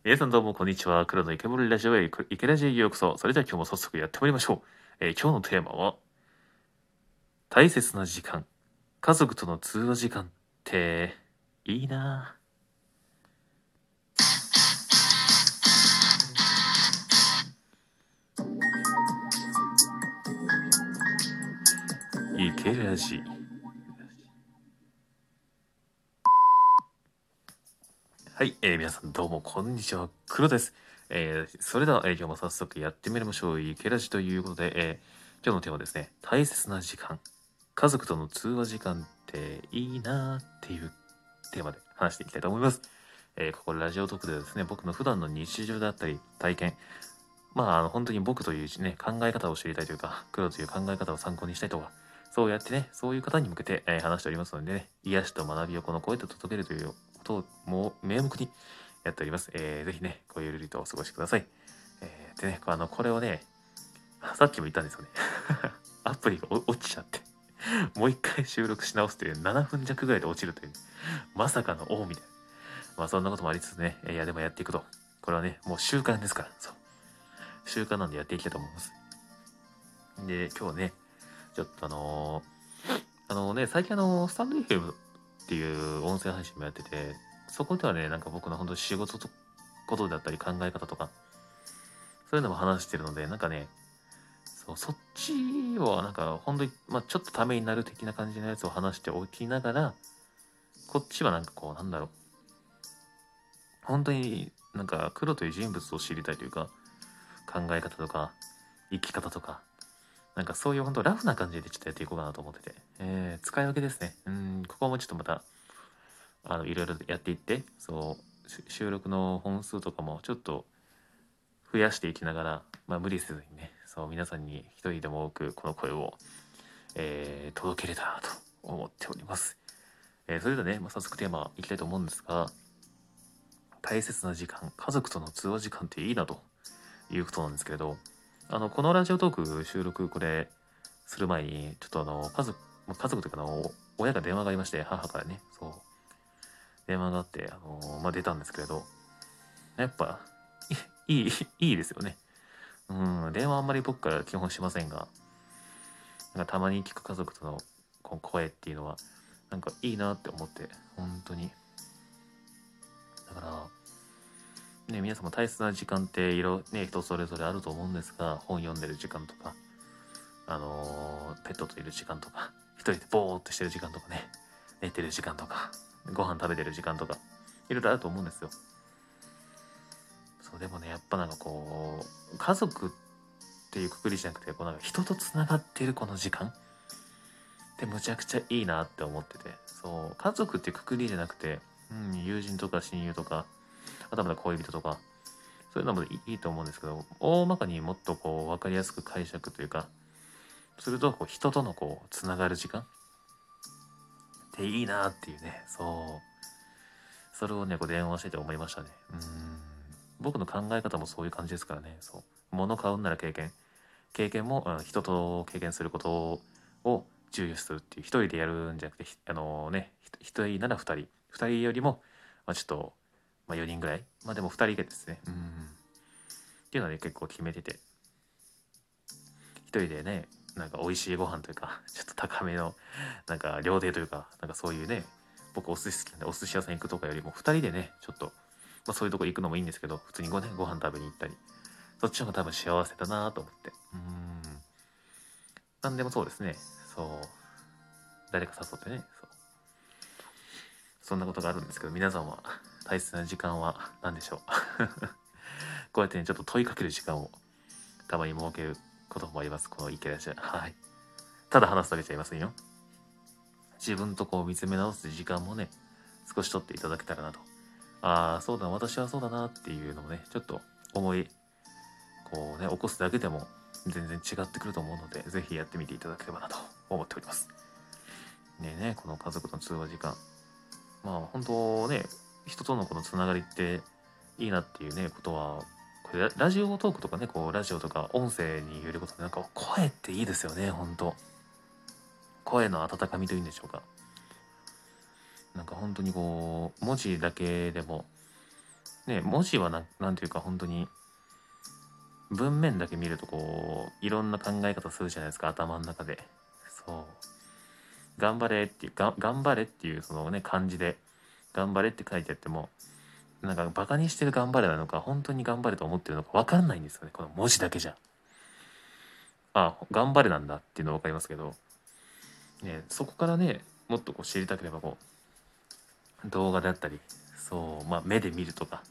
皆さんどうもこんにちは。黒の池森ラジオへ池ラジへようこそ。それでは今日も早速やってまいりましょう。今日のテーマは、大切な時間。家族との通話時間っていいなぁ。池ラジ。はい、皆さんどうもこんにちは。黒です。それでは、今日も早速やってまいりましょう。池ラジということで、今日のテーマはですね、大切な時間。家族との通話時間っていいなぁっていうテーマで話していきたいと思います。ここラジオトークではですね、僕の普段の日常だったり、体験、本当に僕というね、考え方を知りたいというか、黒という考え方を参考にしたいとか、そうやってね、そういう方に向けて、話しておりますのでね、癒しと学びをこの声で届けるということをもう名目にやっております。ぜひね、ごゆるりとお過ごしください。でね、これをね、さっきも言ったんですよね。アプリが落ちちゃって、もう一回収録し直すという7分弱ぐらいで落ちるという、まさかのみたいな。そんなこともありつつね、いやでもやっていくと。これはね、もう習慣ですから、そう。習慣なんでやっていきたいと思います。で、今日はね、ちょっと最近スタンド FM っていう音声配信もやってて、そこではね、なんか僕の本当に仕事とことだったり考え方とか、そういうのも話してるので、なんかね、そっちはなんか本当に、ちょっとためになる的な感じのやつを話しておきながら、こっちはなんかこう、なんだろう、本当になんか黒という人物を知りたいというか、考え方とか、生き方とか、なんかそういう本当ラフな感じでちょっとやっていこうかなと思ってて、使い分けですね。ここもちょっとまた、いろいろやっていって、収録の本数とかもちょっと増やしていきながら、無理せずにね、皆さんに一人でも多くこの声を、届けれたらなと思っております。それではね、早速テーマいきたいと思うんですが、大切な時間、家族との通話時間っていいなということなんですけれど、このラジオトーク収録これする前に、ちょっと家族というか親が電話がありまして、母からね、電話があって、出たんですけれど、やっぱ、いいですよね。電話あんまり僕から基本しませんが、なんかたまに聞く家族とのこの声っていうのは、なんかいいなって思って、本当に。だから、ね、皆さんも大切な時間って人それぞれあると思うんですが、本読んでる時間とか、ペットといる時間とか、一人でボーっとしてる時間とかね、寝てる時間とか、ご飯食べてる時間とか、いろいろあると思うんですよ。でもね、やっぱなんかこう、家族っていうくくりじゃなくて、こうなんか人と繋がっているこの時間ってむちゃくちゃいいなって思ってて、家族っていうくくりじゃなくて、友人とか親友とか、あとはまた恋人とか、そういうのもいいと思うんですけど、大まかにもっとこう、わかりやすく解釈というか、すると、こう、人とのこう、つながる時間っていいなっていうね、それをね、こう電話してて思いましたね。僕の考え方もそういう感じですからね、物買うんなら経験も、人と経験することを重要視するっていう、一人でやるんじゃなくて、一人なら二人、二人よりも、ちょっと、4人ぐらい、でも二人ですね。っていうので結構決めてて、一人でね、なんか美味しいご飯というか、ちょっと高めの、なんか料亭というか、なんかそういうね、僕お寿司好きなんでお寿司屋さん行くとかよりも二人でね、ちょっと、そういうとこ行くのもいいんですけど、普通にご飯食べに行ったり、そっちの方が多分幸せだなと思って。なんでもそうですね、誰か誘ってね、そんなことがあるんですけど、皆さんは大切な時間は何でしょう。こうやってね、ちょっと問いかける時間をたまに設けることもあります。この池田社。はい。ただ話すだけじゃいませんよ。自分とこう見つめ直す時間もね、少し取っていただけたらなと。ああ、そうだ、私はそうだなっていうのをね、ちょっと起こすだけでも全然違ってくると思うので、ぜひやってみていただければなと思っております。この家族の通話時間。本当ね、人とのこのつながりっていいなっていうね、ことは、これラジオトークとかね、ラジオとか音声によることで、なんか声っていいですよね、本当声の温かみというんでしょうか。なんか本当に文字だけでも、 ね、文字はなんていうか本当に文面だけ見るとこういろんな考え方するじゃないですか、頭の中で。そう頑張れっていう頑張れっていうそのね漢字で頑張れって書いてあっても、なんかバカにしてる頑張れなのか本当に頑張れと思ってるのか分かんないんですよね、この文字だけじゃ。あ、頑張れなんだっていうの分かりますけどね、そこからねもっとこう知りたければこう動画であったり、そうまあ目で見るとか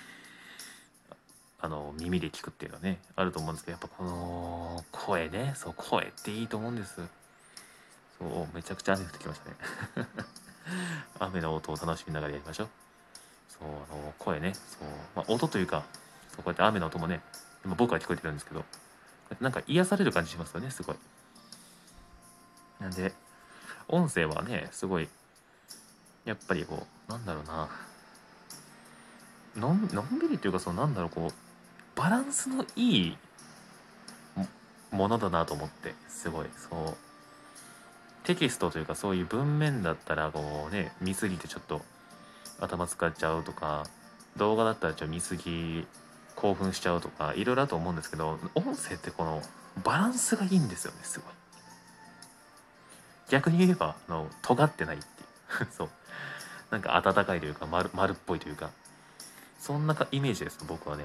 耳で聞くっていうのはねあると思うんですけど、やっぱこの声ね、そう声っていいと思うんです。そうめちゃくちゃ雨降ってきましたね雨の音を楽しみながらやりましょう。そう声ね、そう、まあ、音というかそうこうやって雨の音もね今僕は聞こえてるんですけど、こうやってなんか癒される感じしますよね、すごい。なんで音声はねすごいやっぱりこうなんだろうな、のんびりというか、そのなんだろうこうバランスのいいものだなと思って、すごいそうテキストというかそういう文面だったらこうね見すぎてちょっと頭使っちゃうとか、動画だったらちょっと見すぎ興奮しちゃうとかいろいろだと思うんですけど、音声ってこのバランスがいいんですよね、すごい。逆に言えば尖ってないっていうそうなんか温かいというか丸っぽいというか、そんなイメージです僕はね。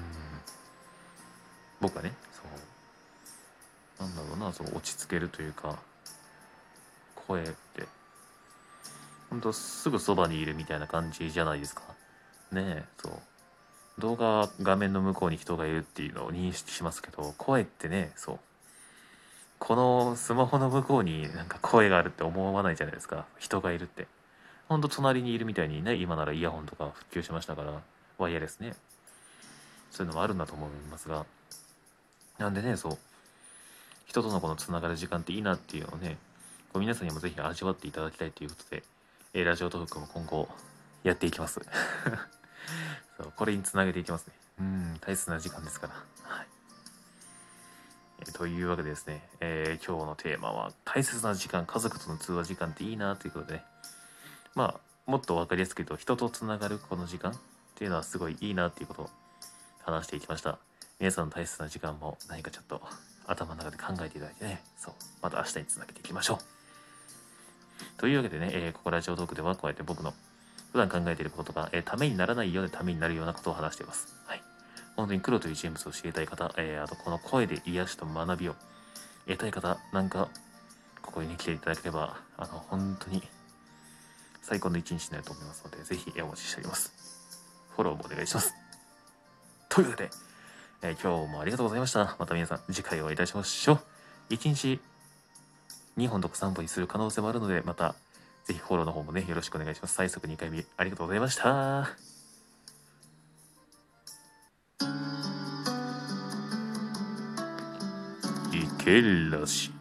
僕はねそうなんだろうな、そう落ち着けるというか、声ってほんとすぐそばにいるみたいな感じじゃないですかね。そう動画画面の向こうに人がいるっていうのを認識しますけど、声ってね、そうこのスマホの向こうになんか声があるって思わないじゃないですか、人がいるって。ほんと隣にいるみたいにね、今ならイヤホンとか普及しましたから、ワイヤレスね、そういうのもあるんだと思いますが、なんでね、そう人とのこのつながる時間っていいなっていうのをね、こう皆さんにもぜひ味わっていただきたいということで、ラジオトークも今後やっていきますそうこれにつなげていきますね。大切な時間ですから。はい。というわけでですね、今日のテーマは大切な時間、家族との通話時間っていいなということでね、まあもっと分かりやすく言うと人とつながるこの時間っていうのはすごいいいなっていうことを話していきました。皆さんの大切な時間も何かちょっと頭の中で考えていただいてね、そうまた明日につなげていきましょう。というわけでね、ここラジオトークではこうやって僕の普段考えていることが、ためにならないようでためになるようなことを話しています。はい。本当に黒という人物を知りたい方、あとこの声で癒しと学びを得たい方、なんかここに来ていただければ、本当に最高の一日になると思いますので、ぜひお待ちしております。フォローもお願いします。というわけで、今日もありがとうございました。また皆さん次回お会いいたしましょう。1日2本とか3本にする可能性もあるので、またぜひフォローの方もね、よろしくお願いします。最速2回目ありがとうございました。いけらし。